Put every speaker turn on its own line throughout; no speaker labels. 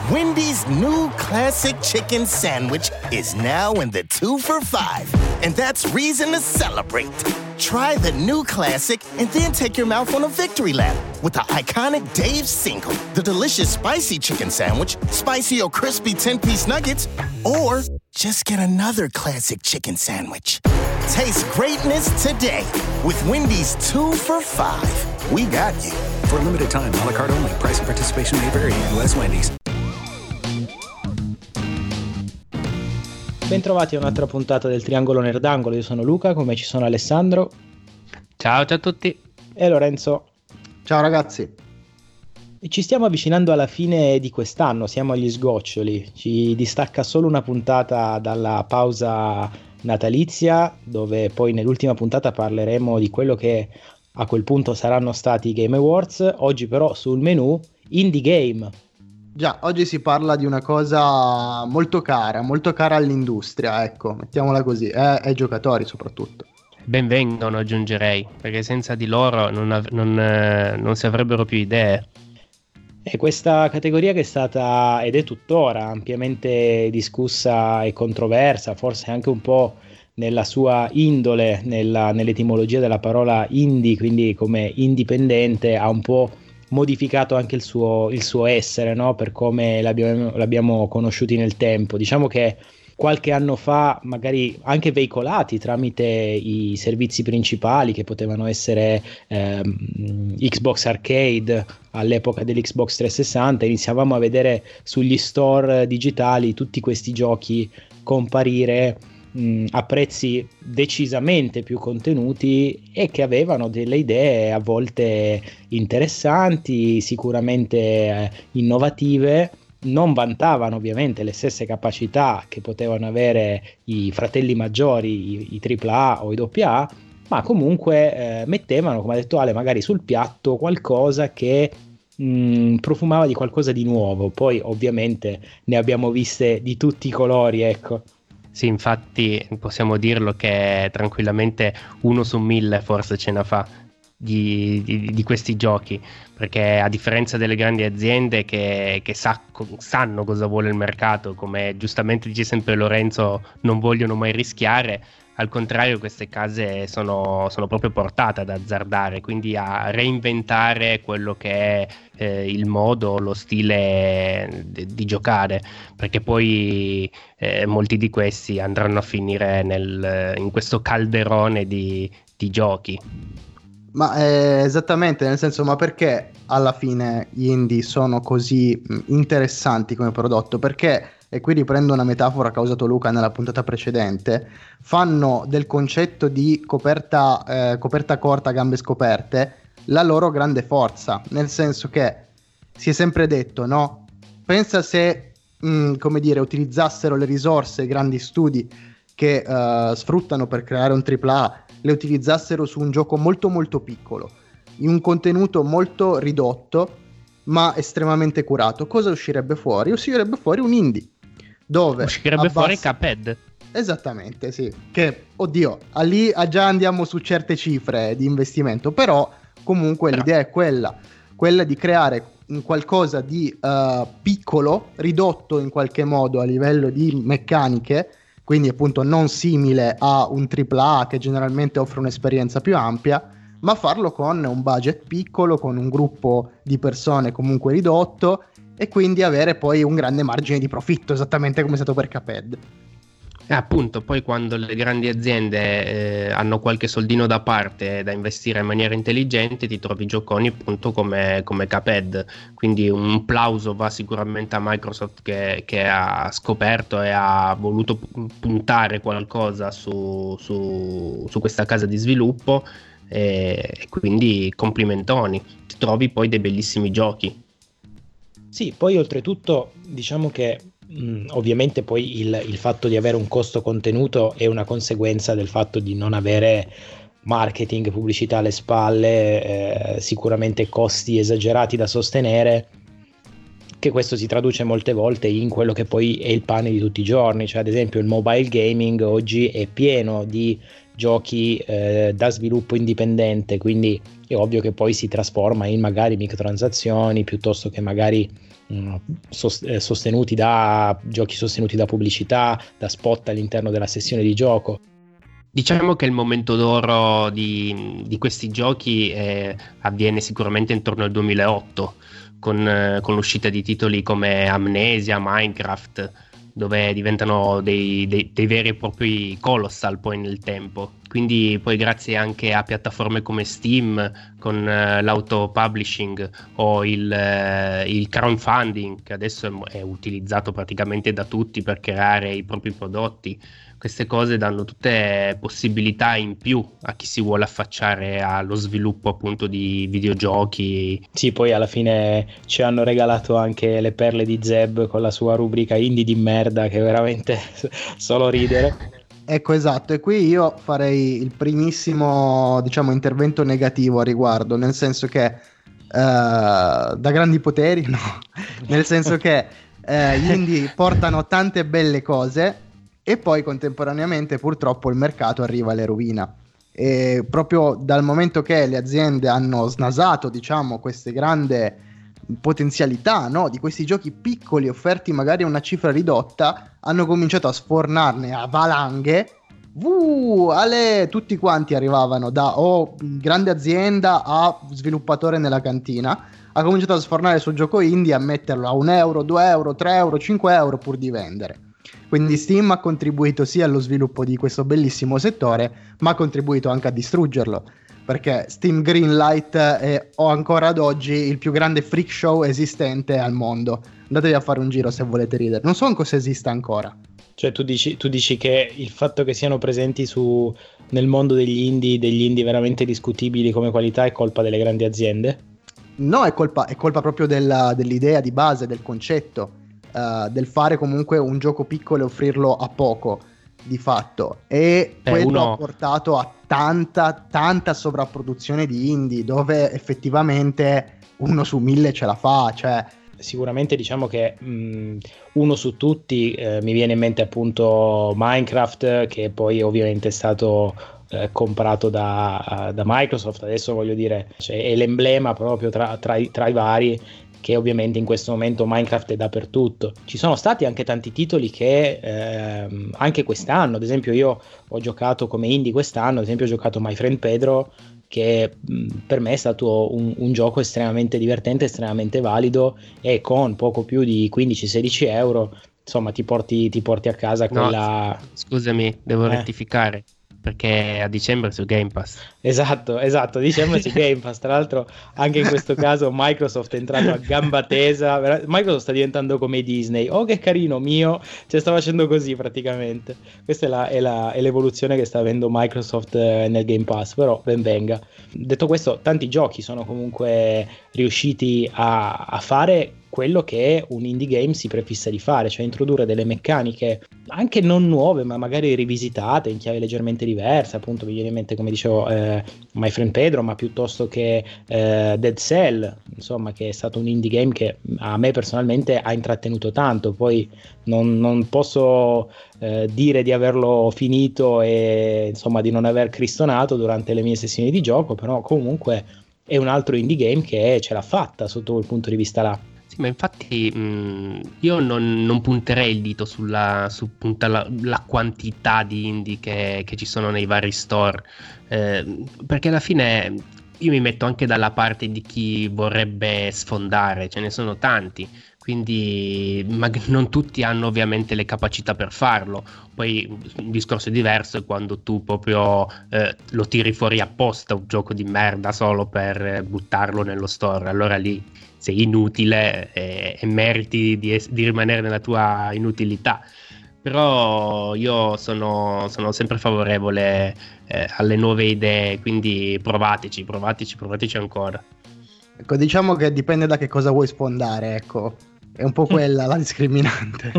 Wendy's new classic chicken sandwich is now in the 2 for $5. And that's reason to celebrate. Try the new classic and then take your mouth on a victory lap with the iconic Dave's Single, the delicious spicy chicken sandwich, spicy or crispy 10-piece nuggets, or just get another classic chicken sandwich. Taste greatness today with Wendy's 2 for $5. We got you.
For a limited time, a la carte only. Price and participation may vary. U.S. Wendy's.
Bentrovati a un'altra puntata del Triangolo Nerdangolo. Io sono Luca, come ci sono Alessandro.
Ciao a tutti.
E Lorenzo.
Ciao ragazzi.
E ci stiamo avvicinando alla fine di quest'anno, siamo agli sgoccioli. Ci distacca solo una puntata dalla pausa natalizia, dove poi nell'ultima puntata parleremo di quello che a quel punto saranno stati i Game Awards. Oggi però sul menù Indie Game.
Già, oggi si parla di una cosa molto cara all'industria, ecco, mettiamola così, e ai giocatori soprattutto.
Benvengono, aggiungerei, perché senza di loro non si avrebbero più idee.
E questa categoria che è stata ed è tuttora ampiamente discussa e controversa, forse anche un po' nella sua indole, nell'etimologia della parola indie, quindi come indipendente, ha un po' modificato anche il suo essere, no? Per come l'abbiamo conosciuti nel tempo. Diciamo che qualche anno fa, magari anche veicolati tramite i servizi principali che potevano essere Xbox Arcade all'epoca dell'Xbox 360, iniziavamo a vedere sugli store digitali tutti questi giochi comparire a prezzi decisamente più contenuti e che avevano delle idee a volte interessanti, sicuramente innovative. Non vantavano ovviamente le stesse capacità che potevano avere i fratelli maggiori, i AAA o i AA, ma comunque mettevano, come ha detto Ale, magari sul piatto qualcosa che profumava di qualcosa di nuovo. Poi ovviamente ne abbiamo viste di tutti i colori, ecco.
Sì, infatti possiamo dirlo che tranquillamente 1 su 1000 forse ce ne fa di questi giochi, perché a differenza delle grandi aziende che sanno cosa vuole il mercato, come giustamente dice sempre Lorenzo, non vogliono mai rischiare. Al contrario, queste case sono proprio portate ad azzardare, quindi a reinventare quello che è il modo, lo stile di giocare, perché poi molti di questi andranno a finire in questo calderone di giochi.
Ma esattamente, nel senso, ma perché alla fine gli indie sono così interessanti come prodotto? Perché, e qui riprendo una metafora che ha usato Luca nella puntata precedente, fanno del concetto di coperta corta, gambe scoperte, la loro grande forza, nel senso che si è sempre detto, no? Pensa se, utilizzassero le risorse, i grandi studi che sfruttano per creare un AAA, le utilizzassero su un gioco molto molto piccolo, in un contenuto molto ridotto, ma estremamente curato. Cosa uscirebbe fuori? Uscirebbe fuori un indie. Dove
fuori Cuphead.
Esattamente, sì. Che, oddio, lì già andiamo su certe cifre di investimento, però comunque l'idea è quella di creare un qualcosa di piccolo, ridotto in qualche modo a livello di meccaniche, quindi appunto non simile a un AAA che generalmente offre un'esperienza più ampia, ma farlo con un budget piccolo, con un gruppo di persone comunque ridotto, e quindi avere poi un grande margine di profitto, esattamente come è stato per Cuphead.
Appunto, poi quando le grandi aziende hanno qualche soldino da parte da investire in maniera intelligente, ti trovi gioconi appunto come Cuphead. Quindi un plauso va sicuramente a Microsoft che ha scoperto e ha voluto puntare qualcosa su questa casa di sviluppo, e quindi complimentoni, ti trovi poi dei bellissimi giochi.
Sì, poi oltretutto diciamo che ovviamente poi il fatto di avere un costo contenuto è una conseguenza del fatto di non avere marketing, pubblicità alle spalle, sicuramente costi esagerati da sostenere, che questo si traduce molte volte in quello che poi è il pane di tutti i giorni. Cioè, ad esempio, il mobile gaming oggi è pieno di giochi da sviluppo indipendente, quindi è ovvio che poi si trasforma in magari microtransazioni piuttosto che magari sostenuti da giochi sostenuti da pubblicità, da spot all'interno della sessione di gioco.
Diciamo che il momento d'oro di questi giochi avviene sicuramente intorno al 2008 con l'uscita di titoli come Amnesia, Minecraft, dove diventano dei veri e propri colossal poi nel tempo. Quindi poi grazie anche a piattaforme come Steam con l'auto-publishing o il crowdfunding, che adesso è utilizzato praticamente da tutti per creare i propri prodotti, queste cose danno tutte possibilità in più a chi si vuole affacciare allo sviluppo appunto di videogiochi.
Sì, poi alla fine ci hanno regalato anche le perle di Zeb con la sua rubrica indie di merda, che è veramente solo ridere.
Ecco, esatto, e qui io farei il primissimo, diciamo, intervento negativo a riguardo, nel senso che da grandi poteri, no, nel senso che gli indie portano tante belle cose e poi contemporaneamente purtroppo il mercato arriva alle rovine. E proprio dal momento che le aziende hanno snasato, diciamo, queste grandi potenzialità, no, di questi giochi piccoli offerti magari a una cifra ridotta, hanno cominciato a sfornarne a valanghe. Tutti quanti arrivavano da grande azienda a sviluppatore nella cantina, ha cominciato a sfornare sul gioco indie, a metterlo a €1, €2, €3, €5 pur di vendere. Quindi Steam ha contribuito sia allo sviluppo di questo bellissimo settore, ma ha contribuito anche a distruggerlo, perché Steam Greenlight è ancora ad oggi il più grande freak show esistente al mondo. Andatevi a fare un giro se volete ridere. Non so anche se esista ancora.
Cioè tu dici che il fatto che siano presenti nel mondo degli indie veramente discutibili come qualità è colpa delle grandi aziende?
No, è colpa proprio dell'idea di base, del concetto, del fare comunque un gioco piccolo e offrirlo a poco di fatto, e quello ha portato a tanta sovrapproduzione di indie, dove effettivamente 1 su 1000 ce la fa. Cioè
sicuramente diciamo che uno su tutti mi viene in mente appunto Minecraft, che poi ovviamente è stato comprato da Microsoft. Adesso voglio dire, cioè, è l'emblema proprio tra i vari, che ovviamente in questo momento Minecraft è dappertutto. Ci sono stati anche tanti titoli che anche quest'anno, ad esempio io ho giocato come indie quest'anno, ad esempio ho giocato My Friend Pedro, che per me è stato un gioco estremamente divertente, estremamente valido, e con poco più di 15-16 euro insomma ti porti a casa quella...
No, scusami, devo rettificare, perché a dicembre su Game Pass.
Esatto, a dicembre su Game Pass. Tra l'altro anche in questo caso Microsoft è entrato a gamba tesa. Microsoft sta diventando come Disney. Oh che carino mio, cioè sta facendo così praticamente. Questa è l'evoluzione che sta avendo Microsoft nel Game Pass, però ben venga. Detto questo, tanti giochi sono comunque riusciti a fare quello che un indie game si prefissa di fare, cioè introdurre delle meccaniche anche non nuove, ma magari rivisitate in chiave leggermente diversa. Appunto mi viene in mente, come dicevo, My Friend Pedro, ma piuttosto che Dead Cell, insomma, che è stato un indie game che a me personalmente ha intrattenuto tanto. Poi non posso dire di averlo finito e insomma di non aver cristonato durante le mie sessioni di gioco, però comunque è un altro indie game che ce l'ha fatta sotto quel punto di vista là.
Sì, ma infatti io non punterei il dito su la quantità di indie che ci sono nei vari store, perché alla fine io mi metto anche dalla parte di chi vorrebbe sfondare, ce ne sono tanti, quindi non tutti hanno ovviamente le capacità per farlo. Poi un discorso diverso è quando tu proprio lo tiri fuori apposta, un gioco di merda solo per buttarlo nello store, allora lì sei inutile e meriti di rimanere nella tua inutilità. Però io sono sempre favorevole alle nuove idee, quindi provateci ancora.
Ecco, diciamo che dipende da che cosa vuoi sfondare, ecco. È un po' quella la discriminante.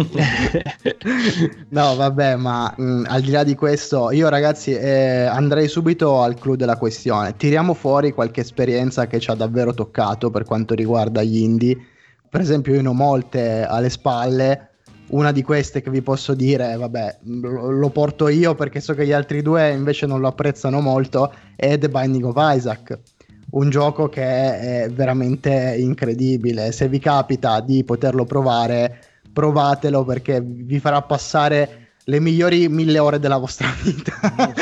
No, vabbè, ma al di là di questo, io ragazzi andrei subito al clou della questione. Tiriamo fuori qualche esperienza che ci ha davvero toccato per quanto riguarda gli indie. Per esempio io ne ho molte alle spalle. Una di queste che vi posso dire, vabbè, lo porto io perché so che gli altri due invece non lo apprezzano molto, è The Binding of Isaac. un gioco che è veramente incredibile. Se vi capita di poterlo provare, provatelo, perché vi farà passare le migliori 1000 ore della vostra vita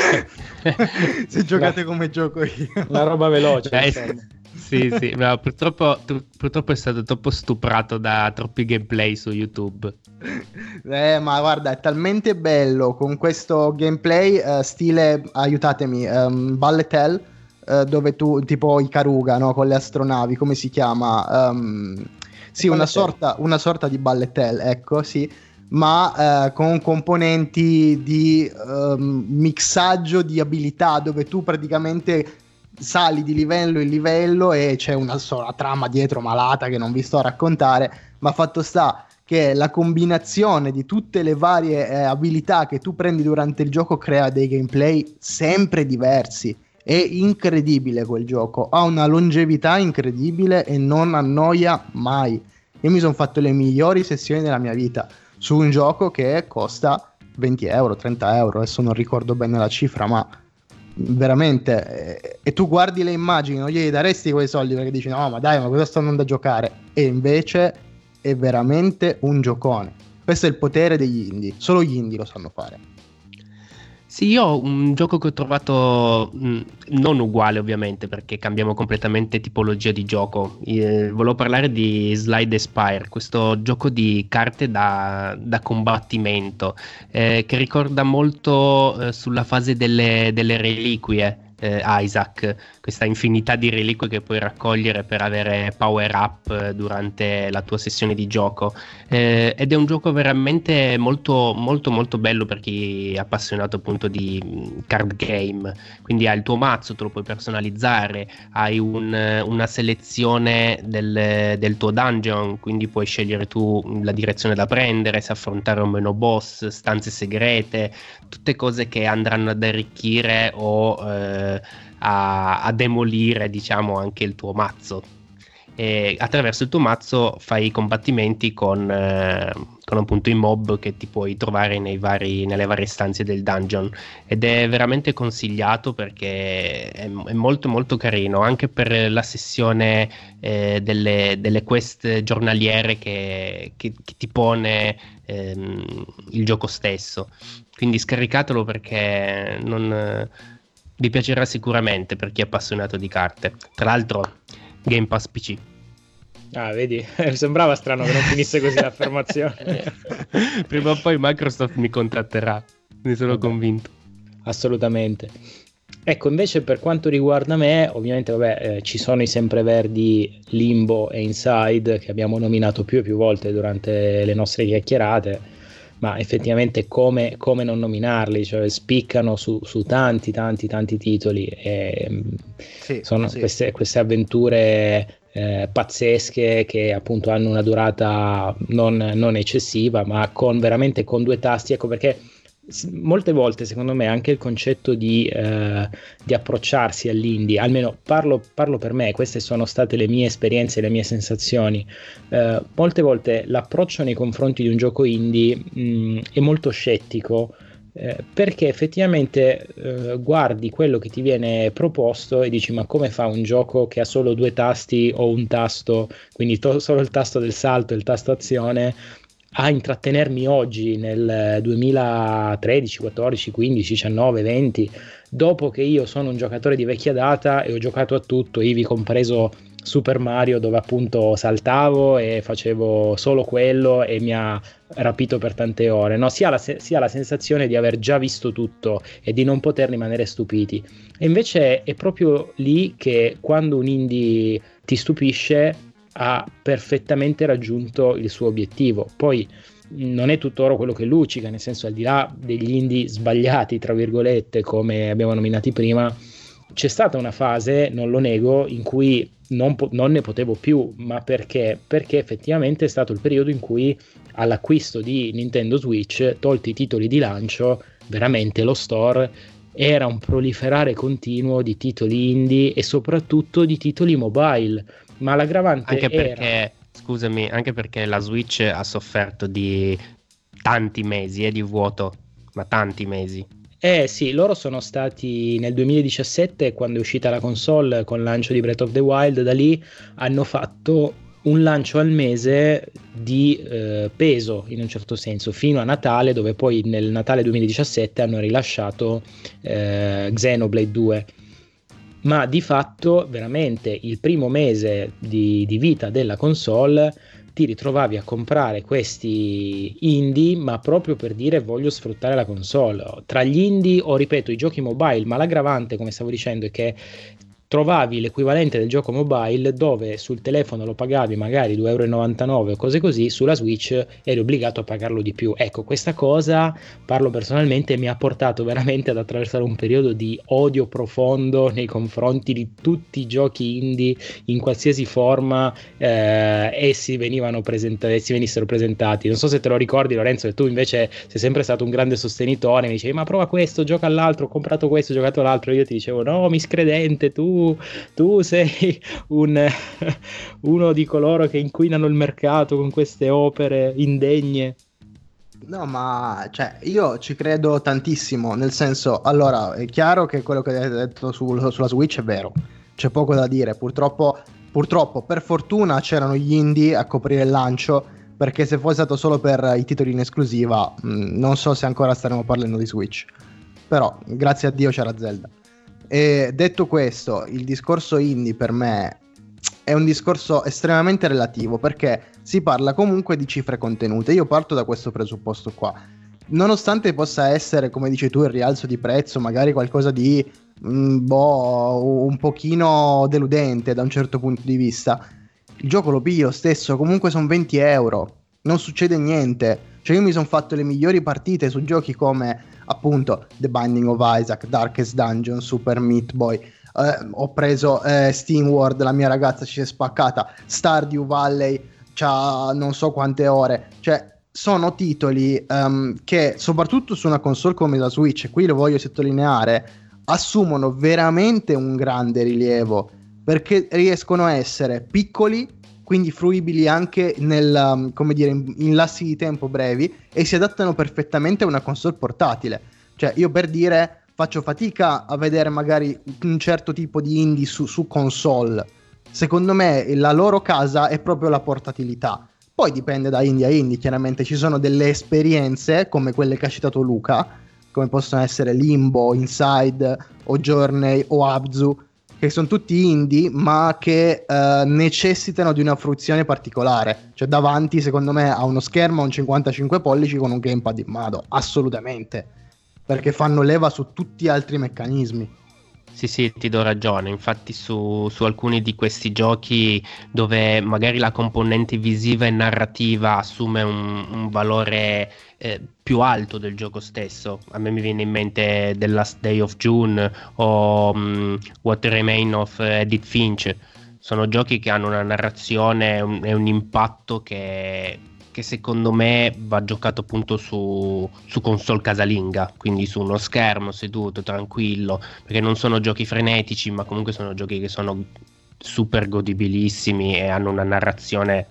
se giocate come gioco io.
La roba veloce.
Sì, ma purtroppo è stato troppo stuprato da troppi gameplay su YouTube.
Ma guarda, è talmente bello con questo gameplay stile, aiutatemi, Bullet Hell, dove tu, tipo Ikaruga, no? Con le astronavi, come si chiama? Sì, una sorta di Bullet Hell, ecco, sì, ma con componenti di mixaggio di abilità, dove tu praticamente sali di livello in livello e c'è una sola trama dietro malata che non vi sto a raccontare, ma fatto sta che la combinazione di tutte le varie abilità che tu prendi durante il gioco crea dei gameplay sempre diversi. È incredibile quel gioco, ha una longevità incredibile e non annoia mai. Io mi sono fatto le migliori sessioni della mia vita su un gioco che costa 20 euro, 30 euro, adesso non ricordo bene la cifra, ma veramente, e tu guardi le immagini, non gli daresti quei soldi perché dici no, ma dai, ma cosa stanno andando a giocare? E invece è veramente un giocone. Questo è il potere degli indie, solo gli indie lo sanno fare.
Sì, io un gioco che ho trovato non uguale ovviamente, perché cambiamo completamente tipologia di gioco. Volevo parlare di Slide Spire, questo gioco di carte da combattimento, che ricorda molto sulla fase delle reliquie. Isaac, questa infinità di reliquie che puoi raccogliere per avere power up durante la tua sessione di gioco, ed è un gioco veramente molto molto molto bello per chi è appassionato appunto di card game. Quindi hai il tuo mazzo, te lo puoi personalizzare, hai una selezione del tuo dungeon, quindi puoi scegliere tu la direzione da prendere, se affrontare un meno boss, stanze segrete, tutte cose che andranno ad arricchire o a demolire, diciamo, anche il tuo mazzo. E attraverso il tuo mazzo fai i combattimenti con appunto i mob che ti puoi trovare nelle varie stanze del dungeon, ed è veramente consigliato perché è molto molto carino, anche per la sessione delle quest giornaliere che ti pone il gioco stesso. Quindi scaricatelo, perché vi piacerà sicuramente per chi è appassionato di carte. Tra l'altro Game Pass PC.
Ah, vedi? Sembrava strano che non finisse così l'affermazione.
Prima o poi Microsoft mi contatterà, ne sono convinto.
Assolutamente. Ecco, invece per quanto riguarda me, ovviamente ci sono i sempreverdi Limbo e Inside, che abbiamo nominato più e più volte durante le nostre chiacchierate, ma effettivamente come non nominarli, cioè spiccano su tanti titoli, e sono queste avventure pazzesche che appunto hanno una durata non eccessiva, ma veramente con due tasti. Ecco perché molte volte secondo me anche il concetto di approcciarsi all'indie, almeno parlo per me, queste sono state le mie esperienze, le mie sensazioni, molte volte l'approccio nei confronti di un gioco indie è molto scettico, perché effettivamente guardi quello che ti viene proposto e dici: ma come fa un gioco che ha solo due tasti o un tasto, quindi solo il tasto del salto e il tasto azione, a intrattenermi oggi nel 2013, 14, 15, 19, 20, dopo che io sono un giocatore di vecchia data e ho giocato a tutto, ivi compreso Super Mario, dove appunto saltavo e facevo solo quello e mi ha rapito per tante ore, no? Si ha la sensazione di aver già visto tutto e di non poter rimanere stupiti, e invece è proprio lì che, quando un indie ti stupisce, ha perfettamente raggiunto il suo obiettivo. Poi non è tutt'oro quello che luccica, nel senso, al di là degli indie sbagliati tra virgolette come abbiamo nominati prima, c'è stata una fase, non lo nego, in cui non ne potevo più. Ma perché? Perché effettivamente è stato il periodo in cui, all'acquisto di Nintendo Switch, tolti i titoli di lancio, veramente lo store era un proliferare continuo di titoli indie e soprattutto di titoli mobile. Ma l'aggravante
anche perché la Switch ha sofferto di tanti mesi di vuoto, ma tanti mesi.
Sì, loro sono stati nel 2017 quando è uscita la console con il lancio di Breath of the Wild. Da lì hanno fatto un lancio al mese di peso in un certo senso fino a Natale, dove poi nel Natale 2017 hanno rilasciato Xenoblade 2. Ma di fatto veramente il primo mese di vita della console ti ritrovavi a comprare questi indie, ma proprio per dire voglio sfruttare la console. Tra gli indie o, ripeto, i giochi mobile, ma l'aggravante, come stavo dicendo, è che trovavi l'equivalente del gioco mobile dove sul telefono lo pagavi magari 2,99 € o cose così, sulla Switch eri obbligato a pagarlo di più. Ecco, questa cosa, parlo personalmente, mi ha portato veramente ad attraversare un periodo di odio profondo nei confronti di tutti i giochi indie in qualsiasi forma essi venissero presentati. Non so se te lo ricordi, Lorenzo, che tu invece sei sempre stato un grande sostenitore, mi dicevi ma prova questo, gioca all'altro, ho comprato questo, ho giocato l'altro, e io ti dicevo no, miscredente, tu sei uno di coloro che inquinano il mercato con queste opere indegne.
No, ma cioè, io ci credo tantissimo, nel senso, allora, è chiaro che quello che hai detto sulla Switch è vero, c'è poco da dire, purtroppo, per fortuna c'erano gli indie a coprire il lancio, perché se fosse stato solo per i titoli in esclusiva, non so se ancora staremo parlando di Switch, però grazie a Dio c'era Zelda. E detto questo, il discorso indie per me è un discorso estremamente relativo, perché si parla comunque di cifre contenute. Io parto da questo presupposto qua. Nonostante possa essere, come dici tu, il rialzo di prezzo, magari qualcosa di un pochino deludente da un certo punto di vista, il gioco lo pigli lo stesso, comunque sono 20 €, non succede niente. Cioè io mi sono fatto le migliori partite su giochi come appunto The Binding of Isaac, Darkest Dungeon, Super Meat Boy, ho preso SteamWorld, la mia ragazza ci si è spaccata, Stardew Valley c'ha non so quante ore, cioè sono titoli che soprattutto su una console come la Switch, e qui lo voglio sottolineare, assumono veramente un grande rilievo, perché riescono a essere piccoli, quindi fruibili anche come dire, in lassi di tempo brevi, e si adattano perfettamente a una console portatile. Cioè io, per dire, faccio fatica a vedere magari un certo tipo di indie su console. Secondo me la loro casa è proprio la portatilità. Poi dipende da indie a indie, chiaramente ci sono delle esperienze come quelle che ha citato Luca, come possono essere Limbo, Inside o Journey o Abzu, che sono tutti indie ma che necessitano di una fruizione particolare, cioè davanti secondo me a uno schermo a un 55 pollici con un gamepad in mano, assolutamente, perché fanno leva su tutti gli altri meccanismi.
Sì, ti do ragione. Infatti su alcuni di questi giochi dove magari la componente visiva e narrativa assume un valore più alto del gioco stesso, a me mi viene in mente The Last Day of June o What Remains of Edith Finch. Sono giochi che hanno una narrazione e un impatto che secondo me va giocato appunto su console casalinga, quindi su uno schermo seduto tranquillo, perché non sono giochi frenetici, ma comunque sono giochi che sono super godibilissimi e hanno una narrazione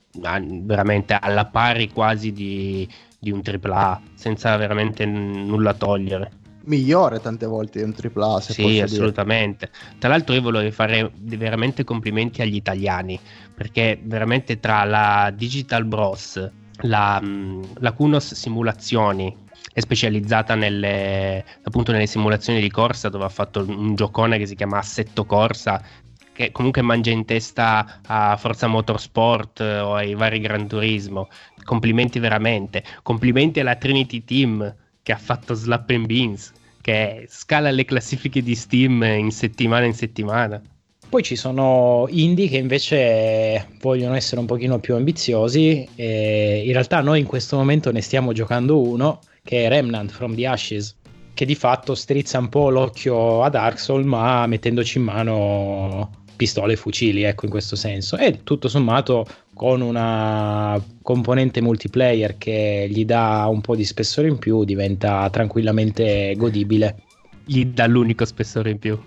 veramente alla pari quasi di un AAA, senza veramente nulla togliere.
Migliore tante volte di un AAA, se
sì, assolutamente dire. Tra l'altro io volevo fare veramente complimenti agli italiani, perché veramente tra la Digital Bros, la Kunos Simulazioni è specializzata appunto nelle simulazioni di corsa, dove ha fatto un giocone che si chiama Assetto Corsa, che comunque mangia in testa a Forza Motorsport o ai vari Gran Turismo. Complimenti veramente, complimenti alla Trinity Team che ha fatto Slap and Beans, che scala le classifiche di Steam in settimana.
Poi ci sono indie che invece vogliono essere un pochino più ambiziosi, e in realtà noi in questo momento ne stiamo giocando uno che è Remnant from the Ashes, che di fatto strizza un po' l'occhio a Dark Souls, ma mettendoci in mano pistole e fucili, ecco, in questo senso, e tutto sommato con una componente multiplayer che gli dà un po' di spessore in più, diventa tranquillamente godibile.
Gli dà l'unico spessore in più.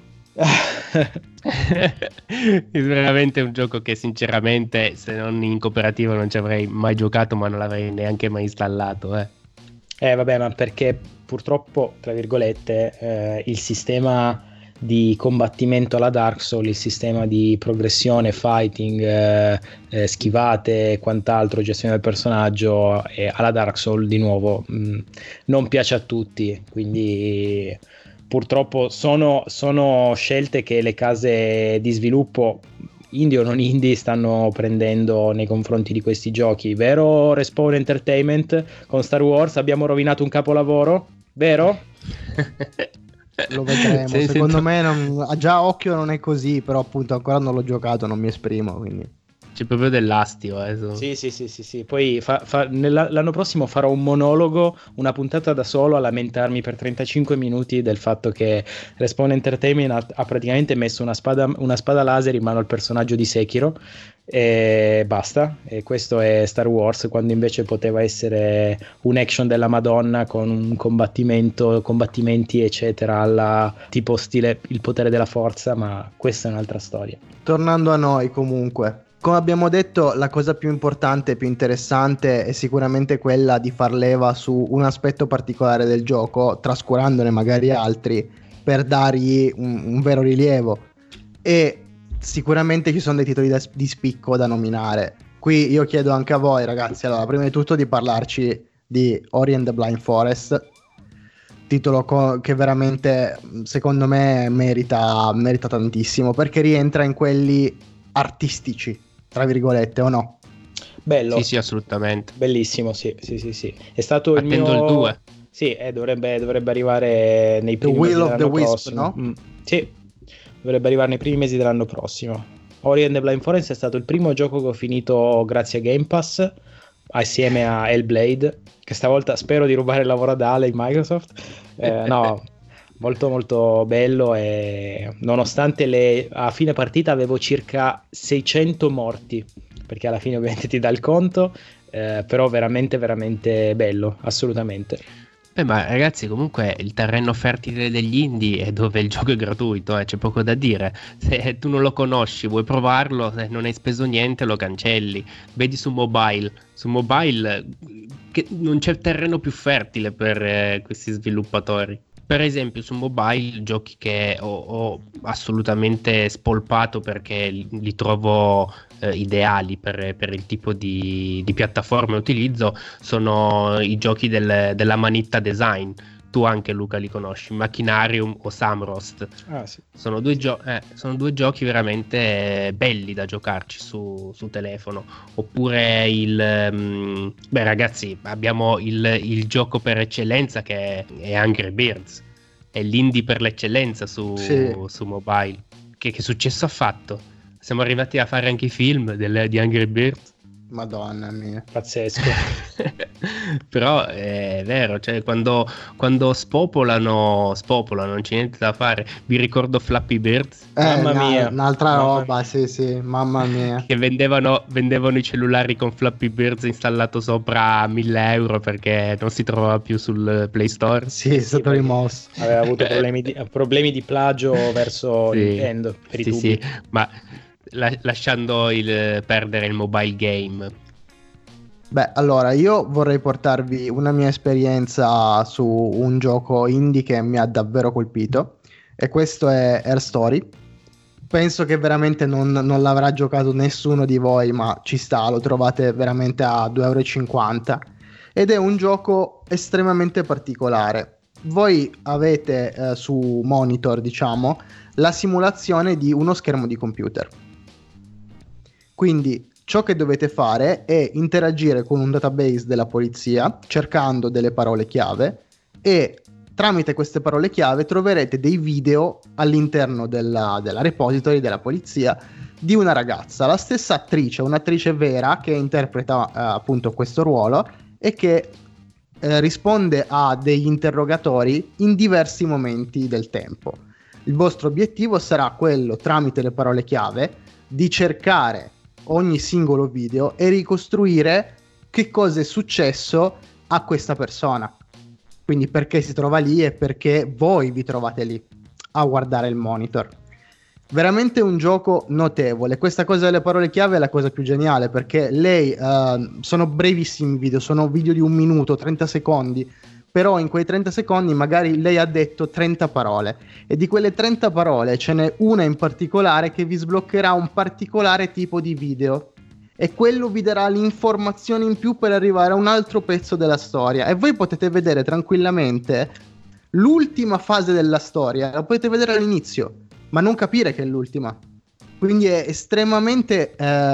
È veramente un gioco che sinceramente, se non in cooperativo, non ci avrei mai giocato, ma non l'avrei neanche mai installato.
Vabbè, ma perché purtroppo, tra virgolette, il sistema di combattimento alla Dark Souls, il sistema di progressione, fighting, schivate e quant'altro, gestione del personaggio, alla Dark Souls di nuovo non piace a tutti, quindi purtroppo sono scelte che le case di sviluppo, indie o non indie, stanno prendendo nei confronti di questi giochi. Vero, Respawn Entertainment? Con Star Wars abbiamo rovinato un capolavoro, vero?
Lo vedremo. Secondo me già a occhio non è così, però appunto ancora non l'ho giocato, non mi esprimo, quindi
C'è proprio dell'astio.
Sì. Poi l'anno prossimo farò un monologo, una puntata da solo a lamentarmi per 35 minuti del fatto che Respawn Entertainment ha praticamente messo una spada laser in mano al personaggio di Sekiro e basta. E questo è Star Wars, quando invece poteva essere un action della Madonna con un combattimenti eccetera alla tipo stile Il potere della forza, ma questa è un'altra storia.
tornando a noi, comunque, come abbiamo detto, la cosa più importante e più interessante è sicuramente quella di far leva su un aspetto particolare del gioco, trascurandone magari altri, per dargli un vero rilievo. E sicuramente ci sono dei titoli di spicco da nominare. Qui io chiedo anche a voi, ragazzi, allora, prima di tutto di parlarci di Ori and the Blind Forest, titolo che veramente, secondo me, merita tantissimo, perché rientra in quelli artistici, tra virgolette, o no?
Bello.
Sì, assolutamente.
Bellissimo, sì. È stato
Attendo il 2.
Sì, dovrebbe arrivare nei primi mesi dell'anno prossimo.
No?
Sì, dovrebbe arrivare nei primi mesi dell'anno prossimo. Ori and the Blind Forest è stato il primo gioco che ho finito grazie a Game Pass, assieme a Hellblade, che stavolta spero di rubare il lavoro ad Ale in Microsoft. No, molto molto bello, e nonostante a fine partita avevo circa 600 morti, perché alla fine ovviamente ti dà il conto, però veramente veramente bello, assolutamente.
Ma ragazzi, comunque il terreno fertile degli indie è dove il gioco è gratuito, c'è poco da dire. Se tu non lo conosci, vuoi provarlo, se non hai speso niente lo cancelli. Vedi su mobile che non c'è terreno più fertile per questi sviluppatori. Per esempio su mobile giochi che ho assolutamente spolpato perché li trovo ideali per il tipo di piattaforma utilizzo sono i giochi della Manitta Design. Tu anche, Luca, li conosci, Machinarium o Samrost.
Sì.
Sono due giochi veramente belli da giocarci su telefono. Oppure ragazzi, abbiamo il gioco per eccellenza che è Angry Birds, è l'indie per l'eccellenza su mobile. Che successo ha fatto? Siamo arrivati a fare anche i film di Angry Birds.
Madonna mia,
pazzesco.
Però è vero, cioè quando spopolano, non c'è niente da fare. Vi ricordo Flappy Birds,
mamma mia,
un'altra roba, sì, mamma mia,
che vendevano i cellulari con Flappy Birds installato sopra 1.000 euro perché non si trovava più sul Play Store.
Sì, è stato rimosso.
Aveva avuto problemi di plagio verso Nintendo per i tubi.
Sì, ma lasciando perdere il mobile game.
Beh, allora io vorrei portarvi una mia esperienza su un gioco indie che mi ha davvero colpito, e questo è Her Story. Penso che veramente non l'avrà giocato nessuno di voi, ma ci sta, lo trovate veramente a 2,50 €, ed è un gioco estremamente particolare. Voi avete su monitor, diciamo, la simulazione di uno schermo di computer. Quindi ciò che dovete fare è interagire con un database della polizia cercando delle parole chiave, e tramite queste parole chiave troverete dei video all'interno della repository della polizia di una ragazza, la stessa attrice, un'attrice vera che interpreta appunto questo ruolo e che risponde a degli interrogatori in diversi momenti del tempo. Il vostro obiettivo sarà quello, tramite le parole chiave, di cercare ogni singolo video e ricostruire che cosa è successo a questa persona, quindi perché si trova lì e perché voi vi trovate lì a guardare il monitor. veramente un gioco notevole. Questa cosa delle parole chiave è la cosa più geniale, perché lei sono brevissimi video, sono video di 1 minuto, 30 secondi, però in quei 30 secondi magari lei ha detto 30 parole, e di quelle 30 parole ce n'è una in particolare che vi sbloccherà un particolare tipo di video, e quello vi darà l'informazione in più per arrivare a un altro pezzo della storia, e voi potete vedere tranquillamente l'ultima fase della storia, la potete vedere all'inizio ma non capire che è l'ultima. Quindi è estremamente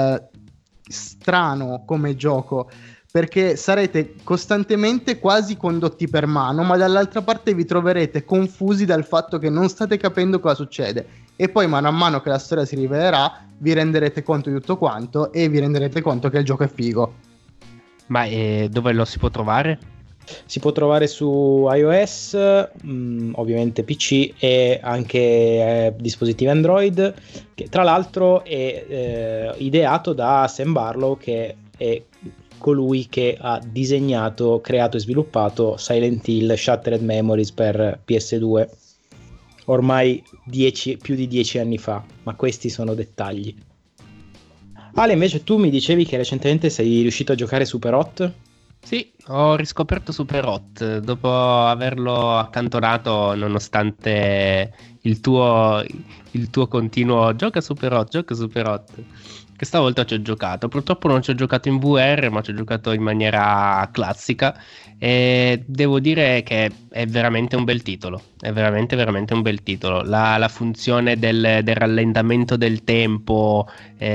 strano come gioco, perché sarete costantemente quasi condotti per mano, ma dall'altra parte vi troverete confusi dal fatto che non state capendo cosa succede, e poi mano a mano che la storia si rivelerà vi renderete conto di tutto quanto e vi renderete conto che il gioco è figo.
Ma dove lo si può trovare?
Si può trovare su iOS, ovviamente PC, e anche dispositivi Android, che tra l'altro è ideato da Sam Barlow, che è colui che ha disegnato, creato e sviluppato Silent Hill Shattered Memories per PS2 ormai più di 10 anni fa, ma questi sono dettagli. Ale, invece tu mi dicevi che recentemente sei riuscito a giocare Super Hot?
Sì, ho riscoperto Super Hot dopo averlo accantonato, nonostante il tuo continuo gioca Super Hot. Questa volta ci ho giocato, purtroppo non ci ho giocato in VR, ma ci ho giocato in maniera classica, e devo dire che è veramente un bel titolo, è veramente un bel titolo. La funzione del rallentamento del tempo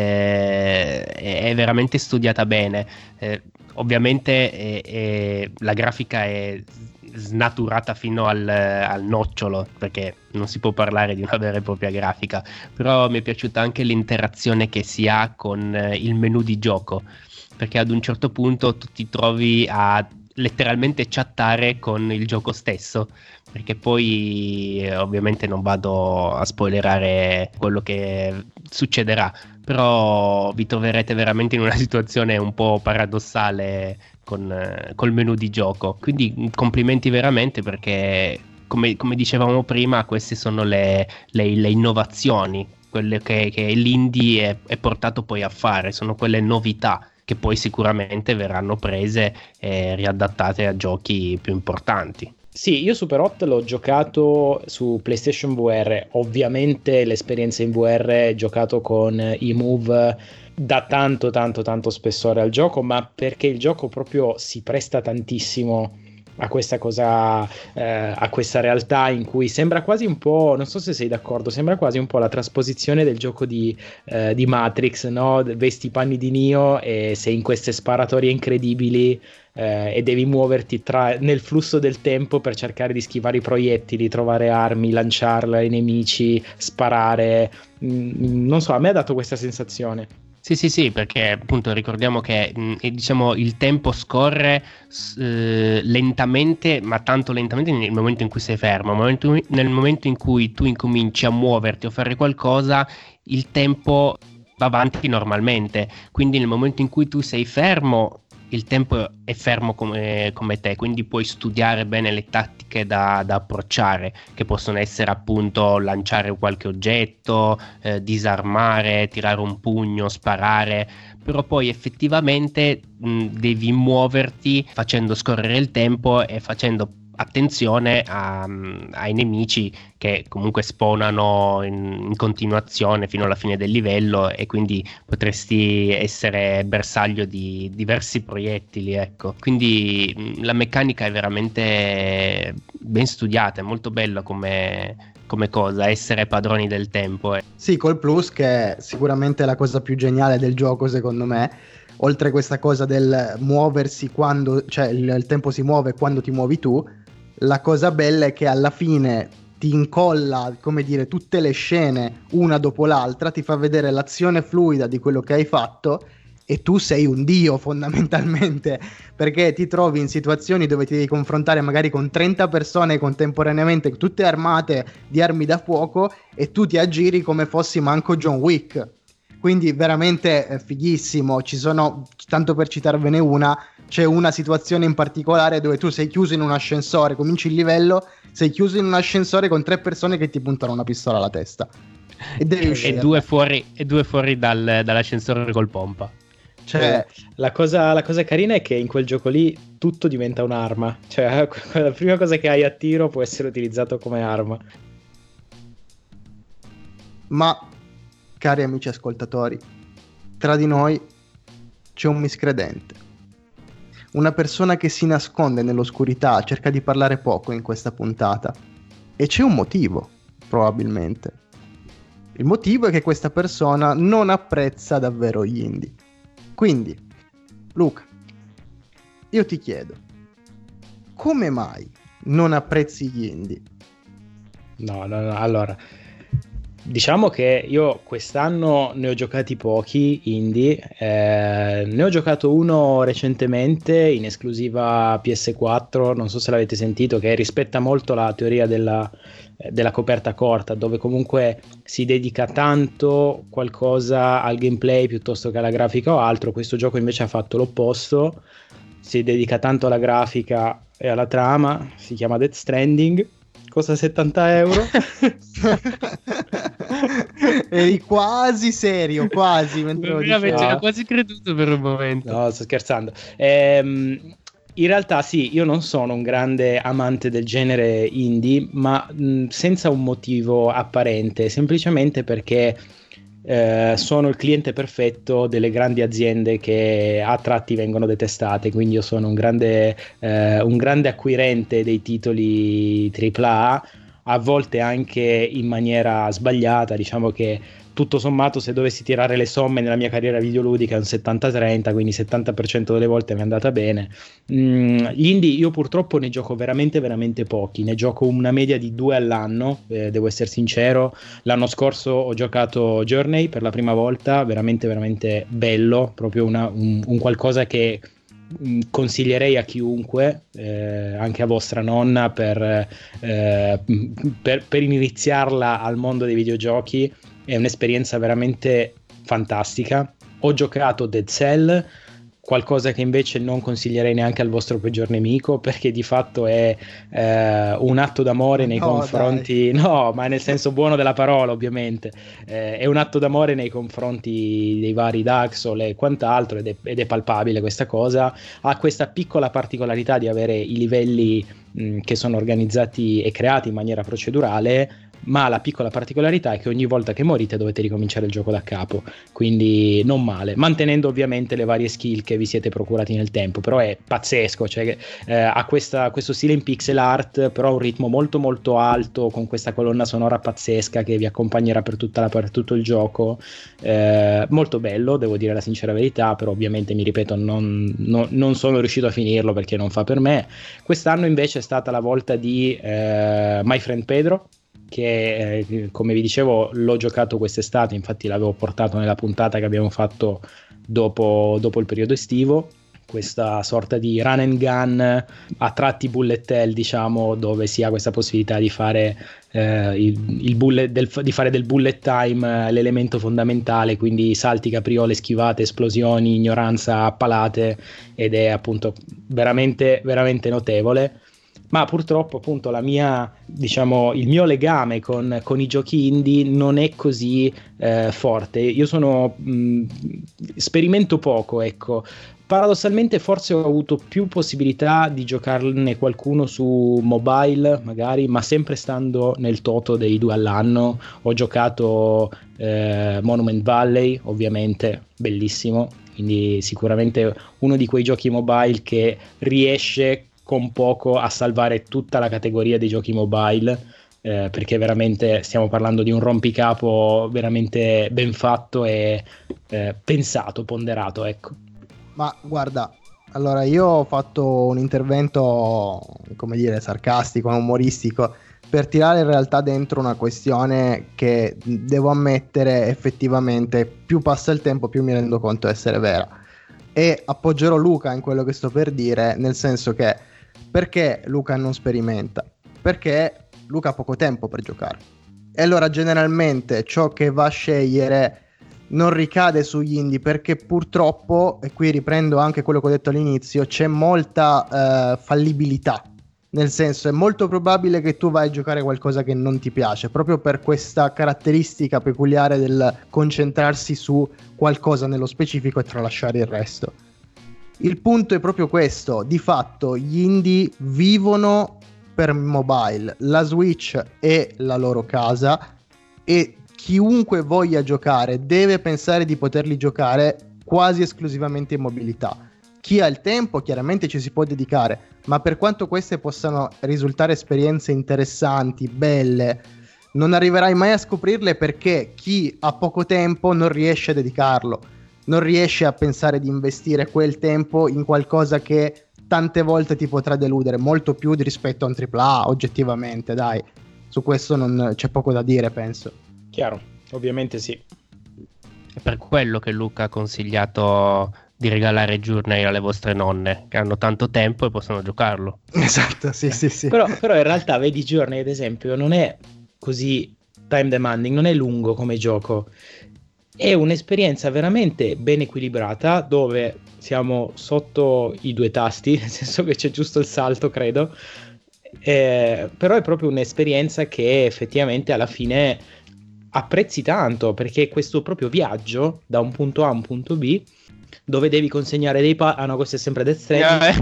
è veramente studiata bene. Ovviamente la grafica è snaturata fino al nocciolo, perché non si può parlare di una vera e propria grafica, però mi è piaciuta anche l'interazione che si ha con il menu di gioco, perché ad un certo punto tu ti trovi a letteralmente chattare con il gioco stesso, perché poi ovviamente non vado a spoilerare quello che succederà, però vi troverete veramente in una situazione un po' paradossale col menu di gioco. Quindi complimenti veramente, perché come dicevamo prima, queste sono le innovazioni, quelle che l'indie è portato poi a fare, sono quelle novità che poi sicuramente verranno prese e riadattate a giochi più importanti.
Sì, io Super Hot l'ho giocato su PlayStation VR, ovviamente l'esperienza in VR, giocato con i Move, dà tanto spessore al gioco, ma perché il gioco proprio si presta tantissimo a questa cosa, a questa realtà in cui sembra quasi un po', non so se sei d'accordo, sembra quasi un po' la trasposizione del gioco di Matrix, no? Vesti i panni di Neo e sei in queste sparatorie incredibili e devi muoverti nel flusso del tempo per cercare di schivare i proiettili, trovare armi, lanciarle ai nemici, sparare. Non so, a me ha dato questa sensazione.
Sì, perché appunto ricordiamo che diciamo il tempo scorre lentamente, ma tanto lentamente nel momento in cui sei fermo. Nel momento in cui tu incominci a muoverti o fare qualcosa, il tempo va avanti normalmente. Quindi nel momento in cui tu sei fermo, il tempo è fermo come te, quindi puoi studiare bene le tattiche da approcciare, che possono essere appunto lanciare qualche oggetto, disarmare, tirare un pugno, sparare, però poi effettivamente devi muoverti facendo scorrere il tempo e facendo attenzione ai nemici che comunque spawnano in continuazione fino alla fine del livello, e quindi potresti essere bersaglio di diversi proiettili, ecco. Quindi la meccanica è veramente ben studiata, è molto bella come cosa, essere padroni del tempo.
Sì, col plus che è sicuramente la cosa più geniale del gioco, secondo me. Oltre a questa cosa del muoversi quando, cioè il tempo si muove quando ti muovi tu, la cosa bella è che alla fine ti incolla, come dire, tutte le scene una dopo l'altra, ti fa vedere l'azione fluida di quello che hai fatto, e tu sei un dio fondamentalmente, perché ti trovi in situazioni dove ti devi confrontare magari con 30 persone contemporaneamente, tutte armate di armi da fuoco, e tu ti aggiri come fossi manco John Wick. Quindi veramente fighissimo. Ci sono, tanto per citarvene una, c'è una situazione in particolare dove tu sei chiuso in un ascensore, cominci il livello, sei chiuso in un ascensore con 3 persone che ti puntano una pistola alla testa. E devi uscire.
E due fuori dall'ascensore col pompa.
Cioè,
la cosa carina è che in quel gioco lì tutto diventa un'arma, cioè la prima cosa che hai a tiro può essere utilizzato come arma.
ma cari amici ascoltatori, tra di noi c'è un miscredente, una persona che si nasconde nell'oscurità, cerca di parlare poco in questa puntata, e c'è un motivo, probabilmente. Il motivo è che questa persona non apprezza davvero gli indie. Quindi, Luca, io ti chiedo, come mai non apprezzi gli indie?
No, allora, diciamo che io quest'anno ne ho giocati pochi indie, ne ho giocato uno recentemente in esclusiva PS4, non so se l'avete sentito, che rispetta molto la teoria della coperta corta, dove comunque si dedica tanto qualcosa al gameplay piuttosto che alla grafica o altro. Questo gioco invece ha fatto l'opposto, si dedica tanto alla grafica e alla trama, si chiama Death Stranding, costa 70 euro.
Eri quasi serio, quasi, mentre lo dicevo.
Ho quasi creduto per un momento.
No, sto scherzando. In realtà sì, io non sono un grande amante del genere indie, ma senza un motivo apparente, semplicemente perché sono il cliente perfetto delle grandi aziende che a tratti vengono detestate, quindi io sono un grande acquirente dei titoli AAA, a volte anche in maniera sbagliata. Diciamo che tutto sommato, se dovessi tirare le somme nella mia carriera videoludica è un 70-30, quindi 70% delle volte mi è andata bene. Gli indie io purtroppo ne gioco veramente pochi, ne gioco una media di 2 all'anno, devo essere sincero. L'anno scorso ho giocato Journey per la prima volta, veramente bello, proprio un qualcosa che consiglierei a chiunque, anche a vostra nonna, per iniziarla al mondo dei videogiochi. È un'esperienza veramente fantastica. Ho giocato Dead Cell, qualcosa che invece non consiglierei neanche al vostro peggior nemico, perché di fatto è un atto d'amore nei confronti, dai. No, ma nel senso buono della parola, ovviamente. È un atto d'amore nei confronti dei vari Dark Souls e quant'altro, ed è palpabile questa cosa. Ha questa piccola particolarità di avere i livelli che sono organizzati e creati in maniera procedurale, ma la piccola particolarità è che ogni volta che morite dovete ricominciare il gioco da capo, quindi non male, mantenendo ovviamente le varie skill che vi siete procurati nel tempo. Però è pazzesco, cioè ha questo stile in pixel art, però un ritmo molto alto, con questa colonna sonora pazzesca che vi accompagnerà per tutto il gioco. Molto bello, devo dire la sincera verità, però ovviamente mi ripeto, non sono riuscito a finirlo perché non fa per me. Quest'anno invece è stata la volta di My Friend Pedro, che come vi dicevo l'ho giocato quest'estate, infatti l'avevo portato nella puntata che abbiamo fatto dopo il periodo estivo. Questa sorta di run and gun a tratti bullet hell, diciamo, dove si ha questa possibilità di fare di fare del bullet time l'elemento fondamentale, quindi salti, capriole, schivate, esplosioni, ignoranza a palate, ed è appunto veramente notevole. Ma purtroppo appunto il mio legame con i giochi indie non è così forte. Io sperimento poco, ecco. Paradossalmente forse ho avuto più possibilità di giocarne qualcuno su mobile magari, ma sempre stando nel toto dei 2 all'anno. Ho giocato Monument Valley, ovviamente bellissimo, quindi sicuramente uno di quei giochi mobile che riesce con poco a salvare tutta la categoria dei giochi mobile, perché veramente stiamo parlando di un rompicapo veramente ben fatto e pensato, ponderato, ecco.
Ma guarda, allora io ho fatto un intervento, come dire, sarcastico, umoristico, per tirare in realtà dentro una questione che devo ammettere effettivamente più passa il tempo più mi rendo conto essere vera, e appoggerò Luca in quello che sto per dire, nel senso che perché Luca non sperimenta? Perché Luca ha poco tempo per giocare, e allora generalmente ciò che va a scegliere non ricade sugli indie, perché purtroppo, e qui riprendo anche quello che ho detto all'inizio, c'è molta fallibilità Nel senso, è molto probabile che tu vai a giocare qualcosa che non ti piace, proprio per questa caratteristica peculiare del concentrarsi su qualcosa nello specifico e tralasciare il resto. Il punto è proprio questo: di fatto gli indie vivono per mobile, la Switch è la loro casa e chiunque voglia giocare deve pensare di poterli giocare quasi esclusivamente in mobilità. Chi ha il tempo chiaramente ci si può dedicare, ma per quanto queste possano risultare esperienze interessanti, belle, non arriverai mai a scoprirle perché chi ha poco tempo non riesce a dedicarlo, non riesce a pensare di investire quel tempo in qualcosa che tante volte ti potrà deludere, molto più rispetto a un AAA, oggettivamente, dai. Su questo non c'è poco da dire, penso.
Chiaro, ovviamente sì.
È per quello che Luca ha consigliato di regalare Journey alle vostre nonne, che hanno tanto tempo e possono giocarlo.
Esatto, sì.
Però in realtà, vedi, Journey, ad esempio, non è così time demanding, non è lungo come gioco. È un'esperienza veramente ben equilibrata, dove siamo sotto i 2 tasti, nel senso che c'è giusto il salto, credo. Però è proprio un'esperienza che effettivamente alla fine apprezzi tanto, perché è questo proprio viaggio da un punto A a un punto B, dove devi consegnare dei no, questo è sempre Death Stranding.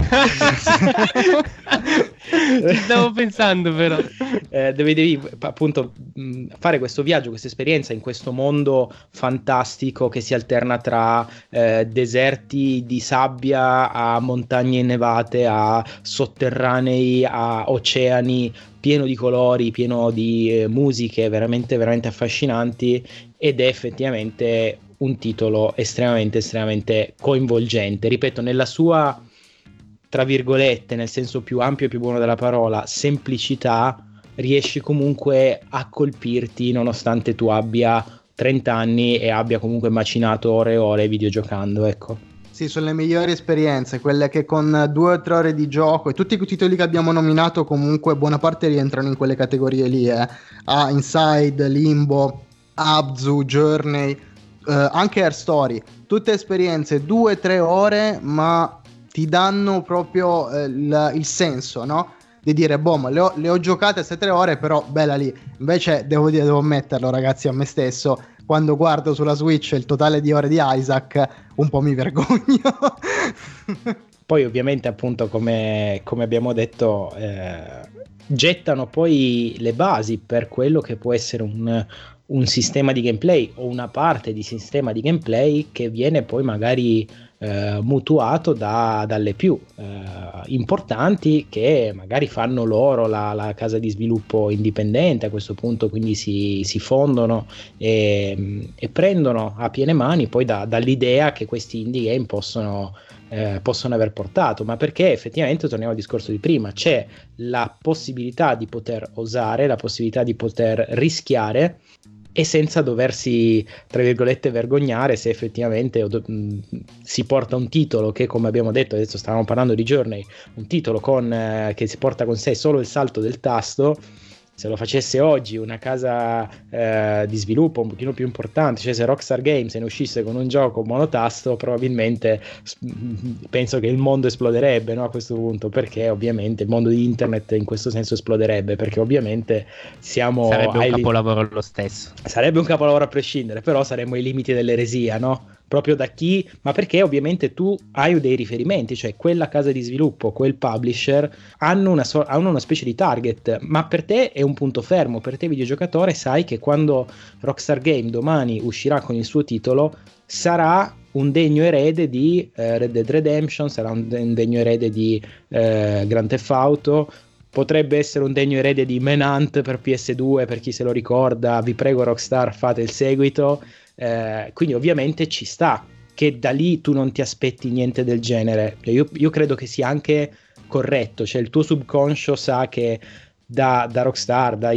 Ci stavo pensando, però
dove devi appunto fare questo viaggio, questa esperienza in questo mondo fantastico che si alterna tra deserti di sabbia a montagne innevate, a sotterranei, a oceani, pieno di colori, pieno di musiche veramente veramente affascinanti, ed è effettivamente un titolo estremamente coinvolgente, ripeto, nella sua, tra virgolette, nel senso più ampio e più buono della parola, semplicità, riesci comunque a colpirti nonostante tu abbia 30 anni e abbia comunque macinato ore e ore videogiocando, ecco.
Sì, sono le migliori esperienze, quelle che con 2 o 3 ore di gioco, e tutti i titoli che abbiamo nominato comunque buona parte rientrano in quelle categorie lì, Inside, Limbo, Abzu, Journey, anche Air Story, tutte esperienze 2-3 ore, ma ti danno proprio il senso, no? Di dire, boh, ma le ho giocate queste 3 ore, però bella lì. Invece devo ammetterlo, ragazzi, a me stesso, quando guardo sulla Switch il totale di ore di Isaac, un po' mi vergogno.
Poi ovviamente, appunto, come abbiamo detto, gettano poi le basi per quello che può essere un sistema di gameplay o una parte di sistema di gameplay che viene poi magari mutuato dalle più importanti, che magari fanno loro la casa di sviluppo indipendente a questo punto, quindi si fondono e prendono a piene mani poi dall'idea che questi indie game possono aver portato, ma perché effettivamente, torniamo al discorso di prima, c'è la possibilità di poter osare, la possibilità di poter rischiare, e senza doversi, tra virgolette, vergognare se effettivamente si porta un titolo che, come abbiamo detto, adesso stavamo parlando di Journey, un titolo che si porta con sé solo il salto del tasto. Se lo facesse oggi una casa di sviluppo un pochino più importante, cioè se Rockstar Games se ne uscisse con un gioco monotasto, probabilmente penso che il mondo esploderebbe, no, a questo punto, perché ovviamente il mondo di internet in questo senso esploderebbe, perché ovviamente sarebbe
un capolavoro lo stesso.
Sarebbe un capolavoro a prescindere, però saremmo ai limiti dell'eresia, no? Proprio da chi, ma perché ovviamente tu hai dei riferimenti, cioè quella casa di sviluppo, quel publisher hanno una specie di target, ma per te è un punto fermo, per te videogiocatore sai che quando Rockstar Game domani uscirà con il suo titolo sarà un degno erede di Red Dead Redemption, sarà un degno erede di Grand Theft Auto, potrebbe essere un degno erede di Manhunt per PS2, per chi se lo ricorda. Vi prego, Rockstar, fate il seguito. Quindi ovviamente ci sta che da lì tu non ti aspetti niente del genere. Io credo che sia anche corretto, cioè il tuo subconscio sa che da Rockstar, da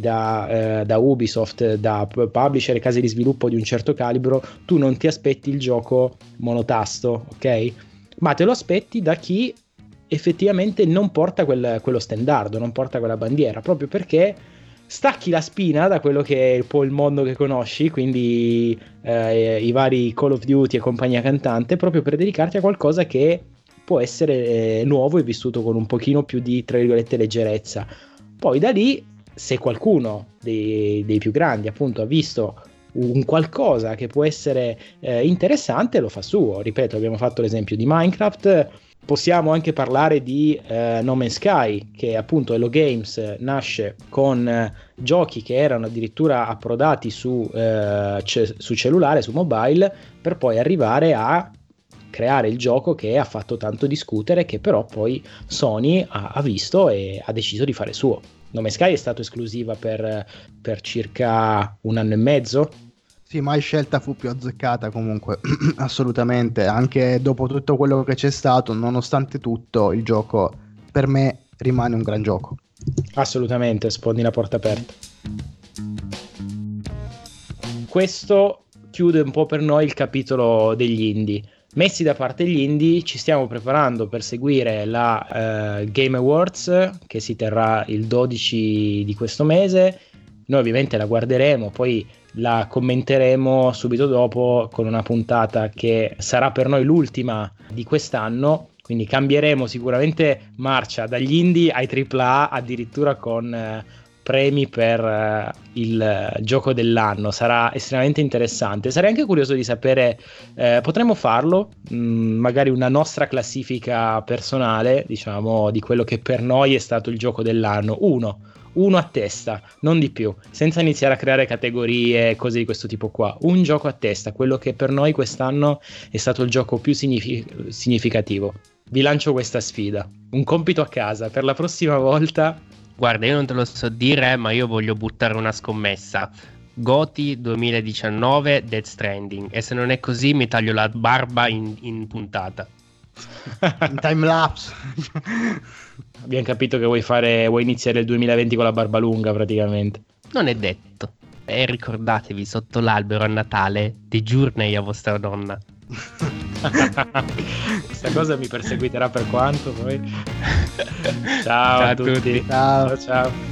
EA, da Ubisoft, da publisher e case di sviluppo di un certo calibro, tu non ti aspetti il gioco monotasto, ok? Ma te lo aspetti da chi effettivamente non porta quello standard, non porta quella bandiera, proprio perché stacchi la spina da quello che è un po' il mondo che conosci, quindi i vari Call of Duty e compagnia cantante, proprio per dedicarti a qualcosa che può essere nuovo e vissuto con un pochino più di, tra virgolette, leggerezza. Poi da lì, se qualcuno dei più grandi appunto ha visto un qualcosa che può essere interessante, lo fa suo. Ripeto, abbiamo fatto l'esempio di Minecraft, possiamo anche parlare di No Man's Sky, che appunto Hello Games nasce con giochi che erano addirittura approdati su cellulare, su mobile, per poi arrivare a creare il gioco che ha fatto tanto discutere, che però poi Sony ha visto e ha deciso di fare suo. No Man's Sky è stato esclusiva per circa un anno e mezzo.
Sì, mai scelta fu più azzeccata comunque, assolutamente, anche dopo tutto quello che c'è stato, nonostante tutto, il gioco per me rimane un gran gioco.
Assolutamente, sfondi la porta aperta. Questo chiude un po' per noi il capitolo degli indie. Messi da parte gli indie, ci stiamo preparando per seguire la Game Awards, che si terrà il 12 di questo mese. Noi ovviamente la guarderemo, poi la commenteremo subito dopo con una puntata che sarà per noi l'ultima di quest'anno, quindi cambieremo sicuramente marcia dagli indie ai AAA, addirittura con premi per il gioco dell'anno. Sarà estremamente interessante. Sarei anche curioso di sapere, potremmo farlo, magari una nostra classifica personale, diciamo, di quello che per noi è stato il gioco dell'anno, uno a testa, non di più, senza iniziare a creare categorie, cose di questo tipo qua. Un gioco a testa, quello che per noi quest'anno è stato il gioco più significativo. Vi lancio questa sfida, un compito a casa per la prossima volta.
Guarda, io non te lo so dire, ma io voglio buttare una scommessa. GOTY 2019 Death Stranding, e se non è così mi taglio la barba in puntata.
In time lapse.
Abbiamo capito che vuoi iniziare il 2020 con la barba lunga praticamente.
Non è detto. E ricordatevi, sotto l'albero a Natale, The Journey a vostra donna.
Questa cosa mi perseguiterà per quanto poi. Ciao a tutti.
Ciao.
Ciao.